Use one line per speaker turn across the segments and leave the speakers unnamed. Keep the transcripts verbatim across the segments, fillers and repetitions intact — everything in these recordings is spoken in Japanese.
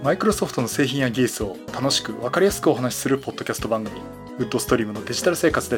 マイクロソフトの製品や技術を楽しく分かりやすくお話しするポッドキャスト番組、ウッドストリームのデジタル生活です。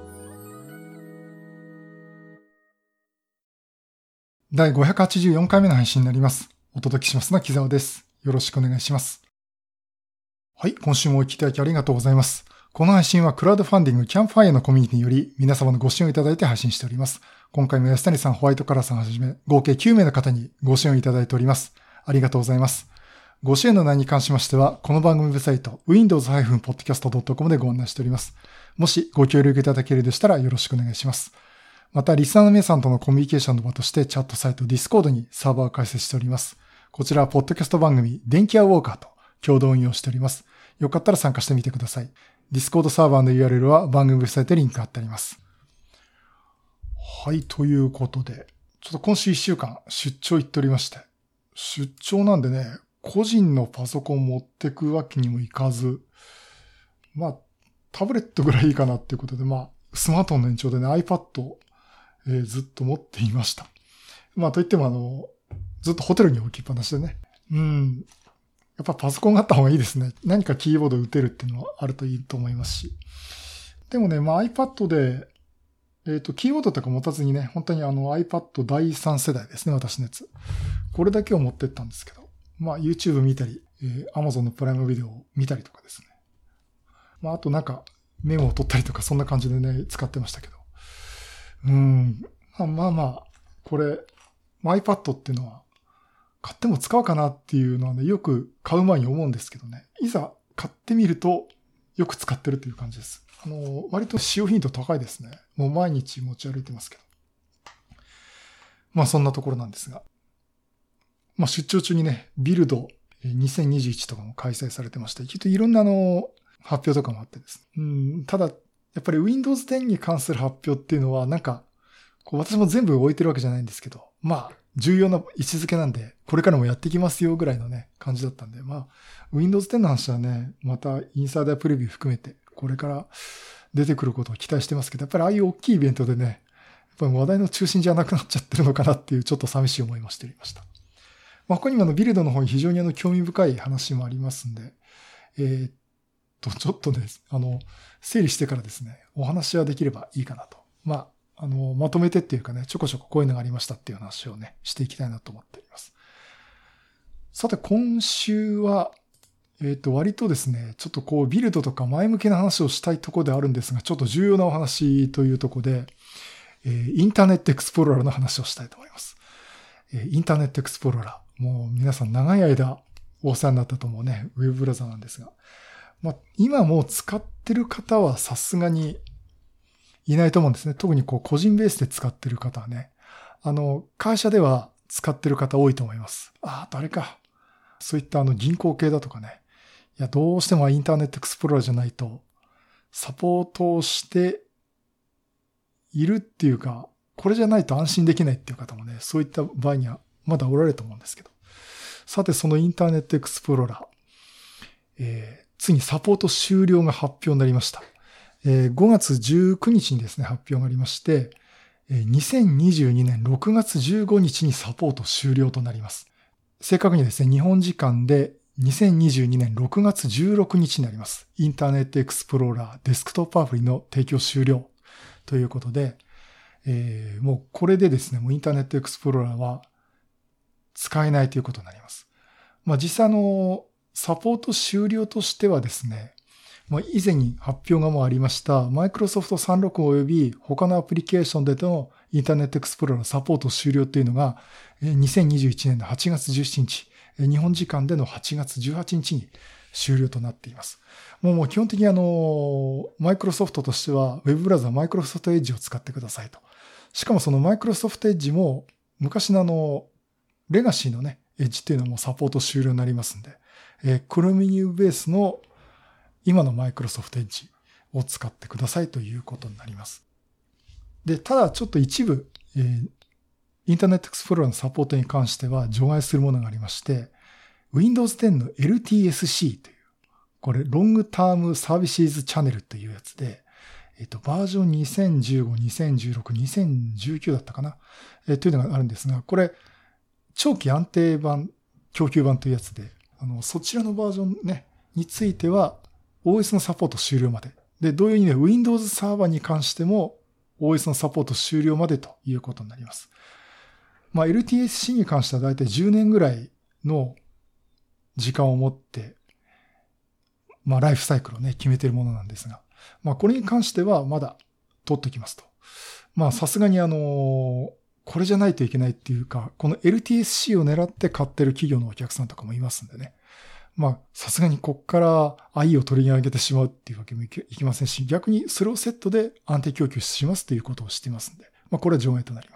だいごひゃくはちじゅうよんかいめの配信になります。お届けしますのは木澤です。よろしくお願いします。はい、今週もお聞きいただきありがとうございます。この配信はクラウドファンディングキャンプファイアのコミュニティにより皆様のご支援をいただいて配信しております。今回も安谷さん、ホワイトカラーさんをはじめ合計きゅうめいの方にご支援をいただいております。ありがとうございます。ご支援の内容に関しましては、この番組ウェブサイト ウィンドウズ ポッドキャスト ドットコム でご案内しております。もしご協力いただけるでしたらよろしくお願いします。また、リスナーの皆さんとのコミュニケーションの場としてチャットサイト Discord にサーバーを開設しております。こちらはポッドキャスト番組電気屋ウォーカーと共同運用しております。よかったら参加してみてください。Discord サーバーの ユーアールエル は番組ウェブサイトでリンクが貼ってあります。はい、ということで、ちょっと今週いっしゅうかん出張行っておりまして、出張なんでね、個人のパソコン持ってくわけにもいかず、まあ、タブレットぐらいいいかなっていうことで、まあ、スマートフォンの延長でね、iPad を、えー、ずっと持っていました。まあ、といってもあの、ずっとホテルに置きっぱなしでね。うん。やっぱパソコンがあった方がいいですね。何かキーボード打てるっていうのはあるといいと思いますし。でもね、まあ iPad で、えっと、キーボードとか持たずにね、本当にあの iPad だいさん世代ですね、私のやつ。これだけを持ってったんですけど。まあ YouTube 見たり、えー、Amazon のプライムビデオを見たりとかですね。まああとなんかメモを取ったりとかそんな感じでね、使ってましたけど。うーん。まあまあまあ、これ、iPad っていうのは買っても使うかなっていうのはね、よく買う前に思うんですけどね。いざ買ってみるとよく使ってるという感じです。あの、割と使用頻度高いですね。もう毎日持ち歩いてますけど。まあそんなところなんですが。まあ出張中にね、ビルドにせんにじゅういちとかも開催されてまして、きっといろんなあの、発表とかもあってですね。うん、ただ、やっぱり ウィンドウズテン に関する発表っていうのは、なんか、こう私も全部置いてるわけじゃないんですけど、まあ、重要な位置づけなんで、これからもやっていきますよぐらいのね、感じだったんで、まあ、ウィンドウズテン の話はね、またインサイダープレビュー含めて、これから出てくることを期待してますけど、やっぱりああいう大きいイベントでね、やっぱり話題の中心じゃなくなっちゃってるのかなっていう、ちょっと寂しい思いもしておりました。まあ、他にもあのビルドの方に非常にあの興味深い話もありますんで、えー、っと、ちょっとね、あの、整理してからですね、お話はできればいいかなと。まあ、あの、まとめてっていうかね、ちょこちょここういうのがありましたっていう話をね、していきたいなと思っております。さて、今週は、えー、っと、割とですね、ちょっとこう、ビルドとか前向きな話をしたいところであるんですが、ちょっと重要なお話というところで、えー、インターネットエクスプローラーの話をしたいと思います。えー、インターネットエクスプローラー。もう皆さん長い間お世話になったと思うね、ウェブブラウザなんですが。まあ、今もう使ってる方はさすがにいないと思うんですね。特にこう個人ベースで使ってる方はね。あの、会社では使ってる方多いと思います。ああ、誰か。そういったあの銀行系だとかね。いや、どうしてもインターネットエクスプローラーじゃないとサポートをしているっていうか、これじゃないと安心できないっていう方もね、そういった場合にはまだおられると思うんですけど。さて、そのインターネットエクスプローラー、えー、ついにサポート終了が発表になりました。えー、ごがつじゅうくにちにですね、発表がありまして、にせんにじゅうにねんろくがつじゅうごにちにサポート終了となります。正確にですね、日本時間でにせんにじゅうにねんろくがつじゅうろくにちになります。インターネットエクスプローラーデスクトップアプリの提供終了ということで、えー、もうこれでですね、もうインターネットエクスプローラーは使えないということになります。まあ実際のサポート終了としてはですね、まあ、以前に発表がもうありましたマイクロソフトさんろくおよび他のアプリケーションでのインターネットエクスプローラーサポート終了というのがにせんにじゅういちねんのはちがつじゅうしちにち、日本時間でのはちがつじゅうはちにちに終了となっています。もうもう基本的にあの、マイクロソフトとしてはウェブブラウザマイクロソフトエッジを使ってくださいと。しかもそのマイクロソフトエッジも昔のあの、レガシーのね、エッジっていうのもサポート終了になりますんで、えー、クロミニウベースの今のマイクロソフトエッジを使ってくださいということになります。で、ただちょっと一部、えー、インターネットエクスプローラーのサポートに関しては除外するものがありまして、ウィンドウズテンの エルティーエスシー という、これ、ロングタームサービスズチャンネルというやつで、えっと、バージョンにせんじゅうご、にせんじゅうろく、にせんじゅうきゅうだったかな、えー、というのがあるんですが、これ、長期安定版、供給版というやつで、 あの、そちらのバージョンね、については オーエス のサポート終了まで。で、同様にね、Windows サーバーに関しても オーエス のサポート終了までということになります。まあ、エルティーエスシー に関してはだいたいじゅうねんぐらいの時間を持って、まあ、ライフサイクルをね、決めているものなんですが、まあ、これに関してはまだ取っておきますと。まあ、さすがにあの、これじゃないといけないっていうか、この エルティーエスシー を狙って買ってる企業のお客さんとかもいますんでね。まあ、さすがにこっから アイイー を取り上げてしまうっていうわけにもいきませんし、逆にそれをセットで安定供給しますということをしていますんで、まあ、これは上映となります。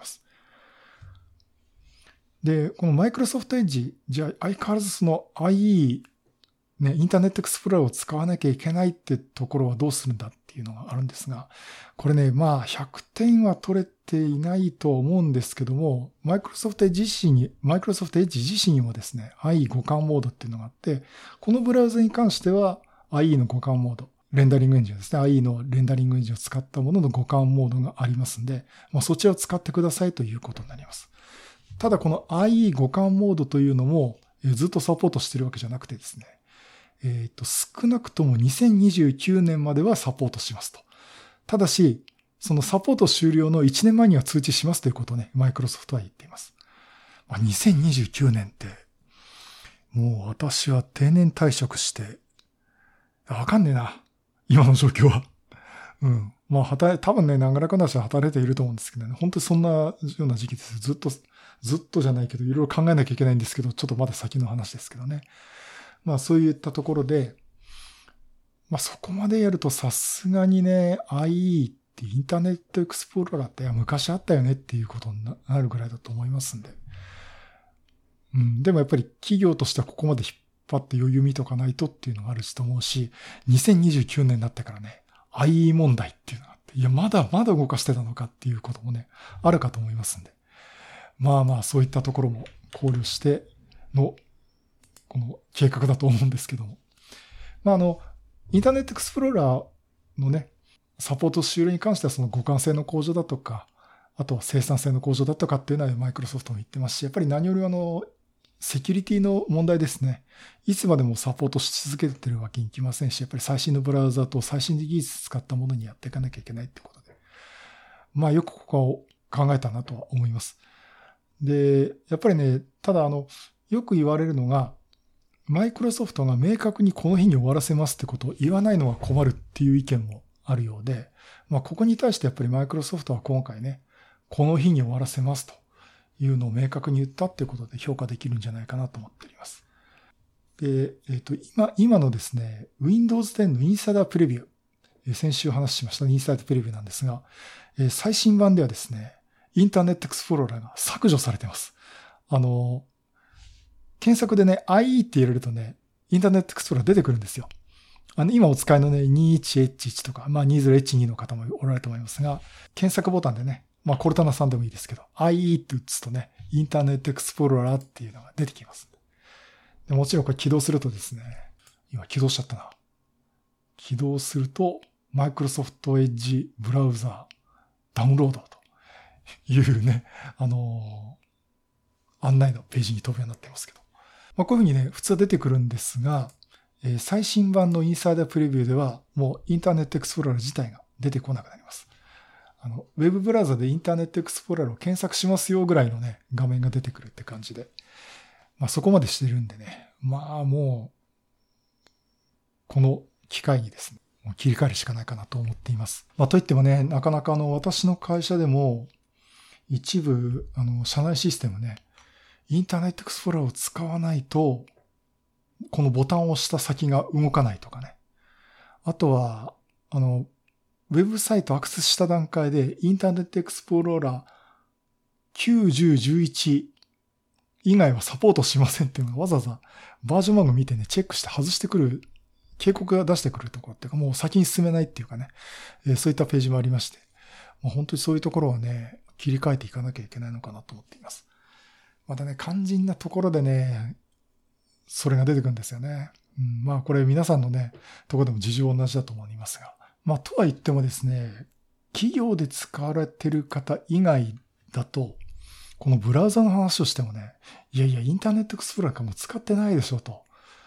で、この Microsoft Edge、じゃあ相変わらずその アイイー、ね、インターネットエクスプローラーを使わなきゃいけないってところはどうするんだっていうのがあるんですが、これね、まあひゃくてんは取れていないと思うんですけども、Microsoft Edge 自身に、Microsoft Edge 自身にもですね、アイイー 互換モードっていうのがあって、このブラウザに関しては アイイー の互換モード、レンダリングエンジンですね、アイイー のレンダリングエンジンを使ったものの互換モードがありますんで、まあ、そちらを使ってくださいということになります。ただこの アイイー 互換モードというのもずっとサポートしてるわけじゃなくてですね、えっと、少なくともにせんにじゅうきゅうねんまではサポートしますと。ただし、そのサポート終了のいちねんまえには通知しますということをね、マイクロソフトは言っています。まあ、にせんにじゅうきゅうねんって、もう私は定年退職して、わかんねえな。今の状況は。うん。まあ、働い、多分ね、長らくなしは働いていると思うんですけどね、本当にそんなような時期です。ずっと、ずっとじゃないけど、いろいろ考えなきゃいけないんですけど、ちょっとまだ先の話ですけどね。まあそういったところで、まあそこまでやるとさすがにね、アイイー ってインターネットエクスプローラーって昔あったよねっていうことになるぐらいだと思いますんで。うん、でもやっぱり企業としてはここまで引っ張って余裕見とかないとっていうのがあると思うし、にせんにじゅうきゅうねんになってからね、アイイー 問題っていうのがあって、いやまだまだ動かしてたのかっていうこともね、あるかと思いますんで。まあまあそういったところも考慮してのこの計画だと思うんですけども。まあ、あの、インターネットエクスプローラーのね、サポート終了に関してはその互換性の向上だとか、あとは生産性の向上だとかっていうのはマイクロソフトも言ってますし、やっぱり何よりあの、セキュリティの問題ですね。いつまでもサポートし続けてるわけにいきませんし、やっぱり最新のブラウザと最新的技術使ったものにやっていかなきゃいけないってことで。まあよくここを考えたなとは思います。で、やっぱりね、ただあの、よく言われるのが、マイクロソフトが明確にこの日に終わらせますってことを言わないのは困るっていう意見もあるようで、まあここに対してやっぱりマイクロソフトは今回ね、この日に終わらせますというのを明確に言ったっていうことで評価できるんじゃないかなと思っております。で、えっと、今、今のですね、Windows テンのインサイダープレビュー、先週話しましたインサイダープレビューなんですが、最新版ではですね、インターネットエクスプローラーが削除されています。あの、検索でね、アイイー って入れるとね、インターネットエクスプローラー出てくるんですよ。あの、今お使いのね、にじゅういちエイチワン とか、まあ にじゅういちに の方もおられると思いますが、検索ボタンでね、まあコルタナさんでもいいですけど、アイイー って打つとね、インターネットエクスプローラーっていうのが出てきます。でもちろんこれ起動するとですね、今起動しちゃったな。起動すると、Microsoft Edge ブラウザダウンロードというね、あのー、案内のページに飛ぶようになってますけど。まあ、こういうふうにね、普通は出てくるんですが、えー、最新版のインサイダープレビューでは、もうインターネットエクスプローラー自体が出てこなくなります。あの、ウェブブラウザでインターネットエクスプローラーを検索しますよぐらいのね、画面が出てくるって感じで。まあそこまでしてるんでね、まあもう、この機会にですね、もう切り替えるしかないかなと思っています。まあといってもね、なかなかあの、私の会社でも、一部、あの、社内システムね、インターネットエクスプローラーを使わないと、このボタンを押した先が動かないとかね。あとは、あの、ウェブサイトアクセスした段階で、インターネットエクスプローラーきゅう、じゅう、じゅういち以外はサポートしませんっていうのがわざわざバージョン番号見てね、チェックして外してくる、警告が出してくるところっていうか、もう先に進めないっていうかね、えー、そういったページもありまして、もう本当にそういうところはね、切り替えていかなきゃいけないのかなと思っています。またね、肝心なところでね、それが出てくるんですよね。うん、まあこれ皆さんのね、ところでも事情同じだと思いますが。まあとは言ってもですね、企業で使われている方以外だと、このブラウザの話をしてもね、いやいや、インターネットエクスプローラーかも使ってないでしょと。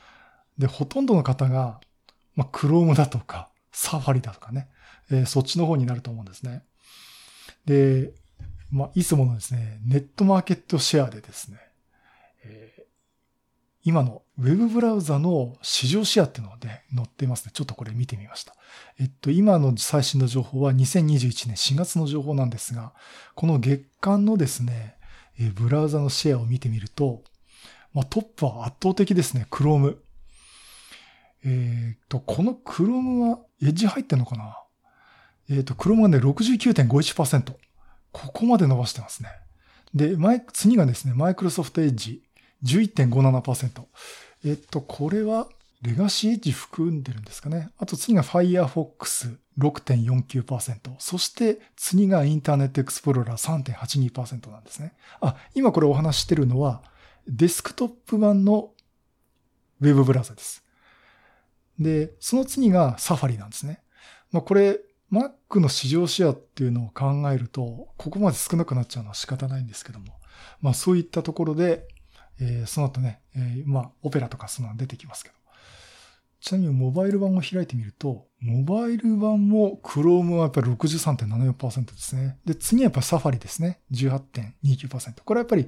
で、ほとんどの方が、まあ、Chrome だとか、Safari だとかね、えー、そっちの方になると思うんですね。で、まあ、いつものですね、ネットマーケットシェアでですね、えー、今のウェブブラウザの市場シェアっていうのがね、載っていますね。ちょっとこれ見てみました。えっと、今の最新の情報はにせんにじゅういちねんしがつの情報なんですが、この月間のですね、えー、ブラウザのシェアを見てみると、まあ、トップは圧倒的ですね、Chrome。えっと、この Chrome はエッジ入ってんのかな？えっと、Chrome がね、ろくじゅうきゅうてんごいちパーセント。ここまで伸ばしてますね。で、前、次がですね、Microsoft Edge、じゅういってんごななパーセント。えっと、これは、レガシーエッジ含んでるんですかね。あと次が Firefox、ろくてんよんきゅうパーセント。そして次が Internet Explorer さんてんはちにパーセント なんですね。あ、今これお話ししてるのは、デスクトップ版のウェブブラウザです。で、その次が Safari なんですね。まあこれ、Mac の市場シェアっていうのを考えると、ここまで少なくなっちゃうのは仕方ないんですけども。まあそういったところで、えー、その後ね、えー、まあオペラとかその出てきますけど。ちなみにモバイル版を開いてみると、モバイル版も Chrome はやっぱり ろくじゅうさんてんななよんパーセント ですね。で、次はやっぱり Safari ですね。じゅうはちてんにきゅうパーセント。これはやっぱり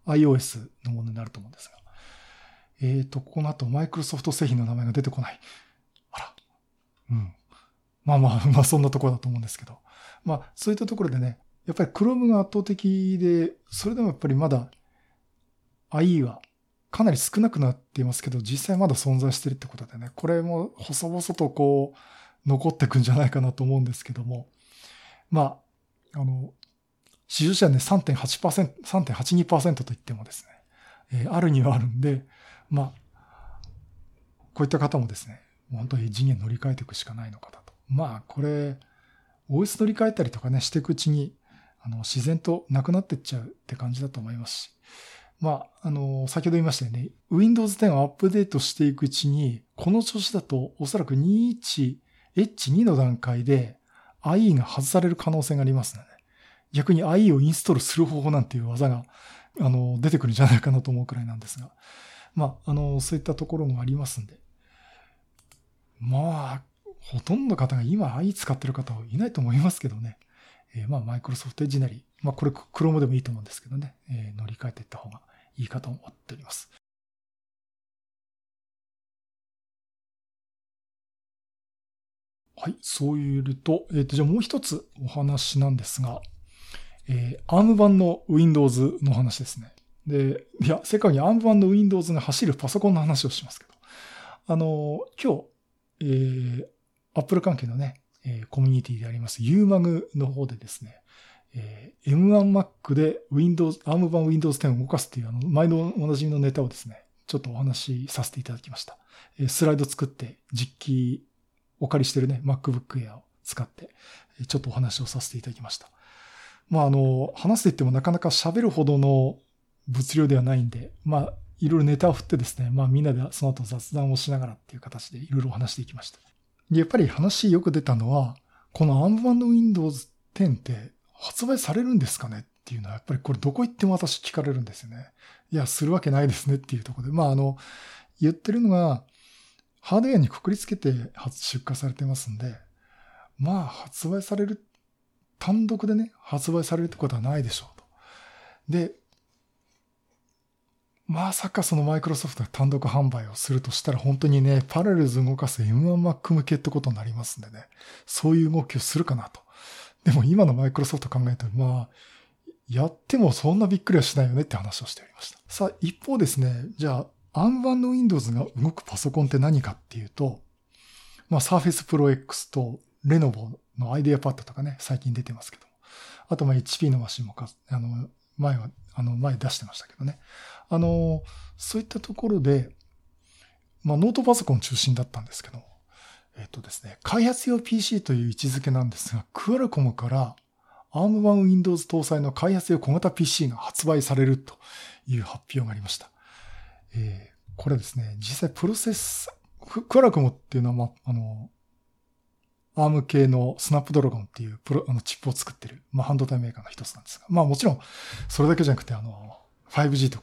iOS のものになると思うんですが。えっと、この後、マイクロソフト製品の名前が出てこない。あら。うん。まあまあ、まあそんなところだと思うんですけど。まあ、そういったところでね、やっぱり Chrome が圧倒的で、それでもやっぱりまだ アイイー はかなり少なくなっていますけど、実際まだ存在してるってことでね、これも細々とこう、残っていくんじゃないかなと思うんですけども。まあ、あの、市場シェアね さんてんはちパーセント、さんてんはちにパーセント と言ってもですね、えー、あるにはあるんで、まあ、こういった方もですね、本当に次元乗り換えていくしかないのかだと。まあ、これ、オーエス 乗り換えたりとかね、していくうちに、あの、自然となくなっていっちゃうって感じだと思いますし。まあ、あの、先ほど言いましたよね、Windows テンをアップデートしていくうちに、この調子だとおそらく にじゅういちエイチツー の段階で アイイー が外される可能性がありますので、ね、逆に アイイー をインストールする方法なんていう技が、あの、出てくるんじゃないかなと思うくらいなんですが、まあ、あの、そういったところもありますんで、まあ、ほとんどの方が今 アイイー 使ってる方はいないと思いますけどね、えー、まあ、Microsoft Edge なり、まあ、これ Chrome でもいいと思うんですけどね、えー、乗り換えていった方がいいかと思っております。はい、そういうと、えっと、じゃあもう一つお話なんですが、えー、アーム 版の Windows の話ですね。で、いや、世界に アーム 版の Windows が走るパソコンの話をしますけど、あの、今日、えー、Apple 関係のね、えー、コミュニティであります ユーマグ の方でですね、えー、エムワン Mac で Windows、アーム 版 Windows テンを動かすっていうあの、毎度おなじみのネタをですね、ちょっとお話しさせていただきました。えー、スライド作って実機お借りしてるね、MacBook Air を使って、ちょっとお話をさせていただきました。まあ、あの、話すと言ってもなかなか喋るほどの物量ではないんで、まあ、いろいろネタを振ってですね、まあみんなでその後雑談をしながらっていう形でいろいろお話していきました。で、やっぱり話よく出たのは、この アーム 版の Windows テンって発売されるんですかねっていうのは、やっぱりこれどこ行っても私聞かれるんですよね。いや、するわけないですねっていうところで。まあ、あの、言ってるのが、ハードウェアにくくりつけて出荷されてますんで、まあ、発売される、単独でね、発売されるってことはないでしょうと。で、まさかそのマイクロソフトが単独販売をするとしたら本当にね、パラレルズ動かす エムワン Mac 向けってことになりますんでね、そういう動きをするかなと。でも今のマイクロソフト考えると、まあ、やってもそんなびっくりはしないよねって話をしておりました。さあ、一方ですね、じゃあ、アーム 版の Windows が動くパソコンって何かっていうと、まあ、Surface Pro X と Lenovo の IdeaPad とかね、最近出てますけども。あと、まあ、エイチピー のマシンもか、あの、前は、あの、前出してましたけどね。あの、そういったところで、まあ、ノートパソコン中心だったんですけど、えっとですね、開発用 ピーシー という位置づけなんですが、クアルコムから アーム 版 Windows 搭載の開発用小型 ピーシー が発売されるという発表がありました。えー、これですね、実際プロセス、クアルコムっていうのは、まあ、あの、アーム 系のスナップドラゴンっていうプロあのチップを作ってる、まあ、半導体メーカーの一つなんですが、まあもちろんそれだけじゃなくて、あの、ファイブジー とかね、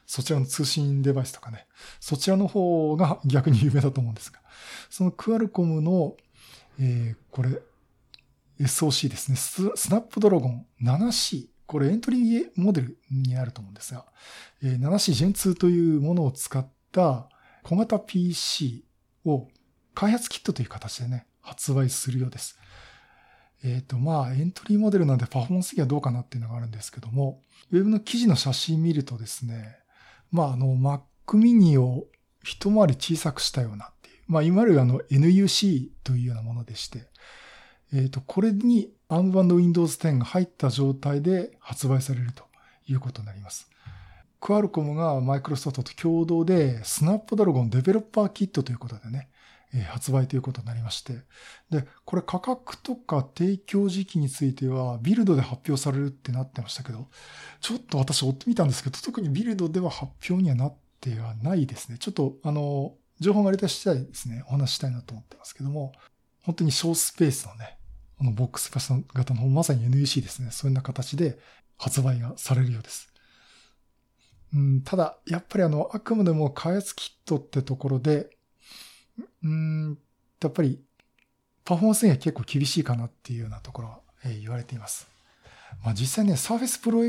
そちらの通信デバイスとかね、そちらの方が逆に有名だと思うんですが、そのクアルコムの、えー、これ、エスオーシー ですね。ス, スナップドラゴン ななシー。これエントリーモデルになると思うんですが、えー、ななシー ジェンツー というものを使った小型 ピーシー を開発キットという形でね、発売するようです。えっと、まあ、エントリーモデルなんでパフォーマンス的にはどうかなっていうのがあるんですけども、ウェブの記事の写真見るとですね、まあ、あの、Mac mini を一回り小さくしたようなっていう、まあ、いわゆるあの エヌユーシー というようなものでして、えっと、これに アーム 版の ウィンドウズテンが入った状態で発売されるということになります。クアルコムがマイクロソフトと共同でスナップドラゴンデベロッパーキットということでね、えー、発売ということになりまして。で、これ価格とか提供時期についてはビルドで発表されるってなってましたけど、ちょっと私追ってみたんですけど、特にビルドでは発表にはなってはないですね。ちょっとあの、情報が出た次第ですね、お話ししたいなと思ってますけども、本当に小スペースのね、このボックス型のまさに エヌユーシー ですね。そういうような形で発売がされるようです。うん、ただ、やっぱりあの、あくまでも開発キットってところで、うん、やっぱりパフォーマンスには結構厳しいかなっていうようなところは、えー、言われています。まあ実際ね、Surface Pro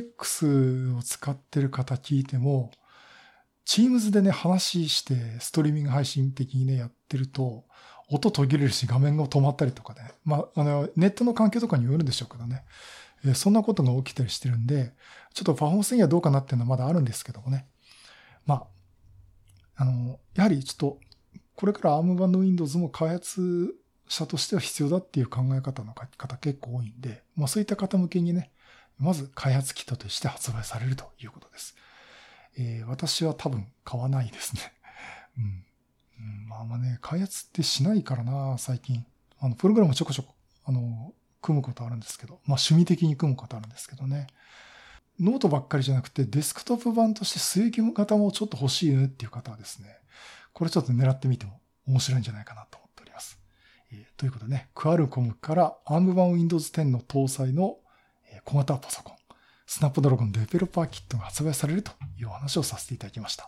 X を使ってる方聞いても、Teams でね、話してストリーミング配信的にね、やってると、音途切れるし画面が止まったりとかね。まあ、あの、ネットの環境とかによるんでしょうけどね。えー、そんなことが起きたりしてるんで、ちょっとパフォーマンスにはどうかなっていうのはまだあるんですけどもね。まあ、あの、やはりちょっと、これから アーム 版の Windows も開発者としては必要だっていう考え方の方結構多いんで、まあそういった方向けにね、まず開発キットとして発売されるということです。えー、私は多分買わないですね。うん。うん、まあまあね、開発ってしないからな、最近。あの、プログラムちょこちょこ、あの、組むことあるんですけど、まあ趣味的に組むことあるんですけどね。ノートばっかりじゃなくて、デスクトップ版として据え置き型もちょっと欲しいねっていう方はですね、これちょっと狙ってみても面白いんじゃないかなと思っております。えー、ということでね、クアルコムから アーム 版 ウィンドウズテンの搭載の小型パソコン、スナップドラゴンデベロッパーキットが発売されるというお話をさせていただきました。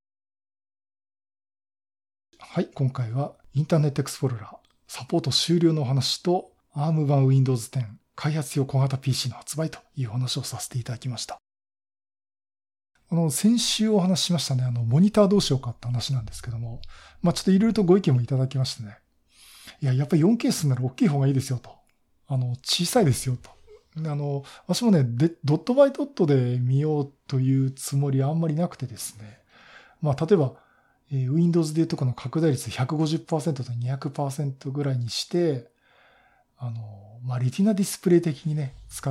はい、今回はインターネットエクスプローラーサポート終了のお話と アーム 版 ウィンドウズテン開発用小型 ピーシー の発売というお話をさせていただきました。あの、先週お話ししましたね、あの、モニターどうしようかって話なんですけども、まあちょっといろいろとご意見もいただきましてね。いや、やっぱり よんケー するなら大きい方がいいですよと。あの、小さいですよと。あの、私もね、でドットバイドットで見ようというつもりはあんまりなくてですね。まあ例えば、えー、Windows でいうとこの拡大率 ひゃくごじゅっパーセント と にひゃくパーセント ぐらいにして、あの、まあリティナディスプレイ的にね、使って、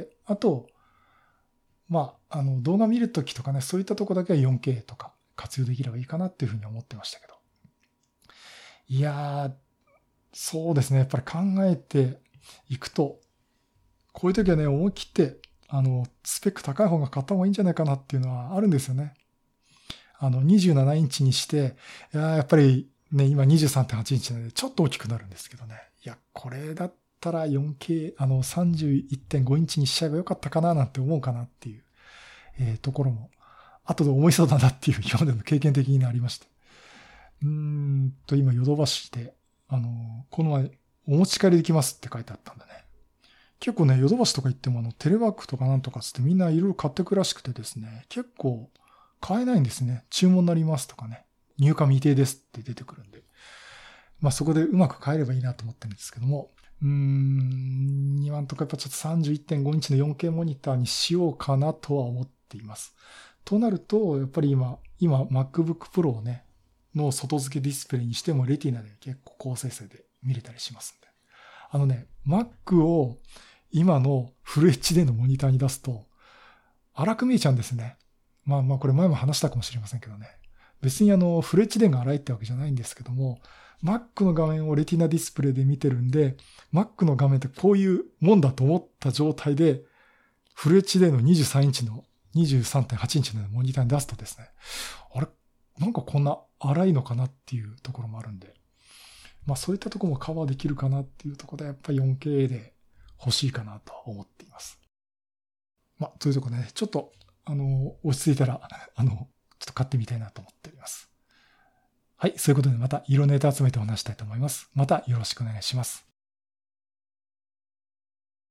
あと、まあ、あの、動画見るときとかね、そういったとこだけは よんケー とか活用できればいいかなっていうふうに思ってましたけど。いやー、そうですね。やっぱり考えていくと、こういうときはね、思い切って、あの、スペック高い方が買った方がいいんじゃないかなっていうのはあるんですよね。あの、にじゅうななインチにして、いややっぱりね、今 にじゅうさんてんはち インチなのでちょっと大きくなるんですけどね。いや、これだったら よんケー、あの、さんじゅういってんご インチにしちゃえばよかったかななんて思うかなっていう、えー、ところも、後で思いそうだなっていう今までの経験的にありまして。うーんと、今、ヨドバシで、あの、この前、お持ち帰りできますって書いてあったんだね。結構ね、ヨドバシとか行ってもあの、テレワークとかなんとかつってみんないろいろ買ってくらしくてですね、結構買えないんですね。注文になりますとかね。入荷未定ですって出てくるんで。まあそこでうまく買えればいいなと思ってるんですけども、うーん、今んとこやっぱちょっと さんじゅういってんご インチの よんケー モニターにしようかなとは思っています。となると、やっぱり今、今 MacBook Pro をね、の外付けディスプレイにしてもレティナで結構高精細で見れたりしますんで。あのね、Mac を今のフル エイチディー のモニターに出すと荒く見えちゃうんですね。まあまあこれ前も話したかもしれませんけどね。別にあのフル エイチディー が荒いってわけじゃないんですけども、Mac の画面をレティナディスプレイで見てるんで、Mac の画面ってこういうもんだと思った状態でフル エイチディー のにじゅうさんインチの にじゅうさんてんはち インチのモニターに出すとですね、あれなんかこんな荒いのかなっていうところもあるんで、まあそういったところもカバーできるかなっていうところでやっぱり よんケー で欲しいかなと思っています。まあというところでね、ちょっとあの落ち着いたらあのちょっと買ってみたいなと思っております。はい。そういうことでまた色ネタ集めてお話したいと思います。またよろしくお願いします。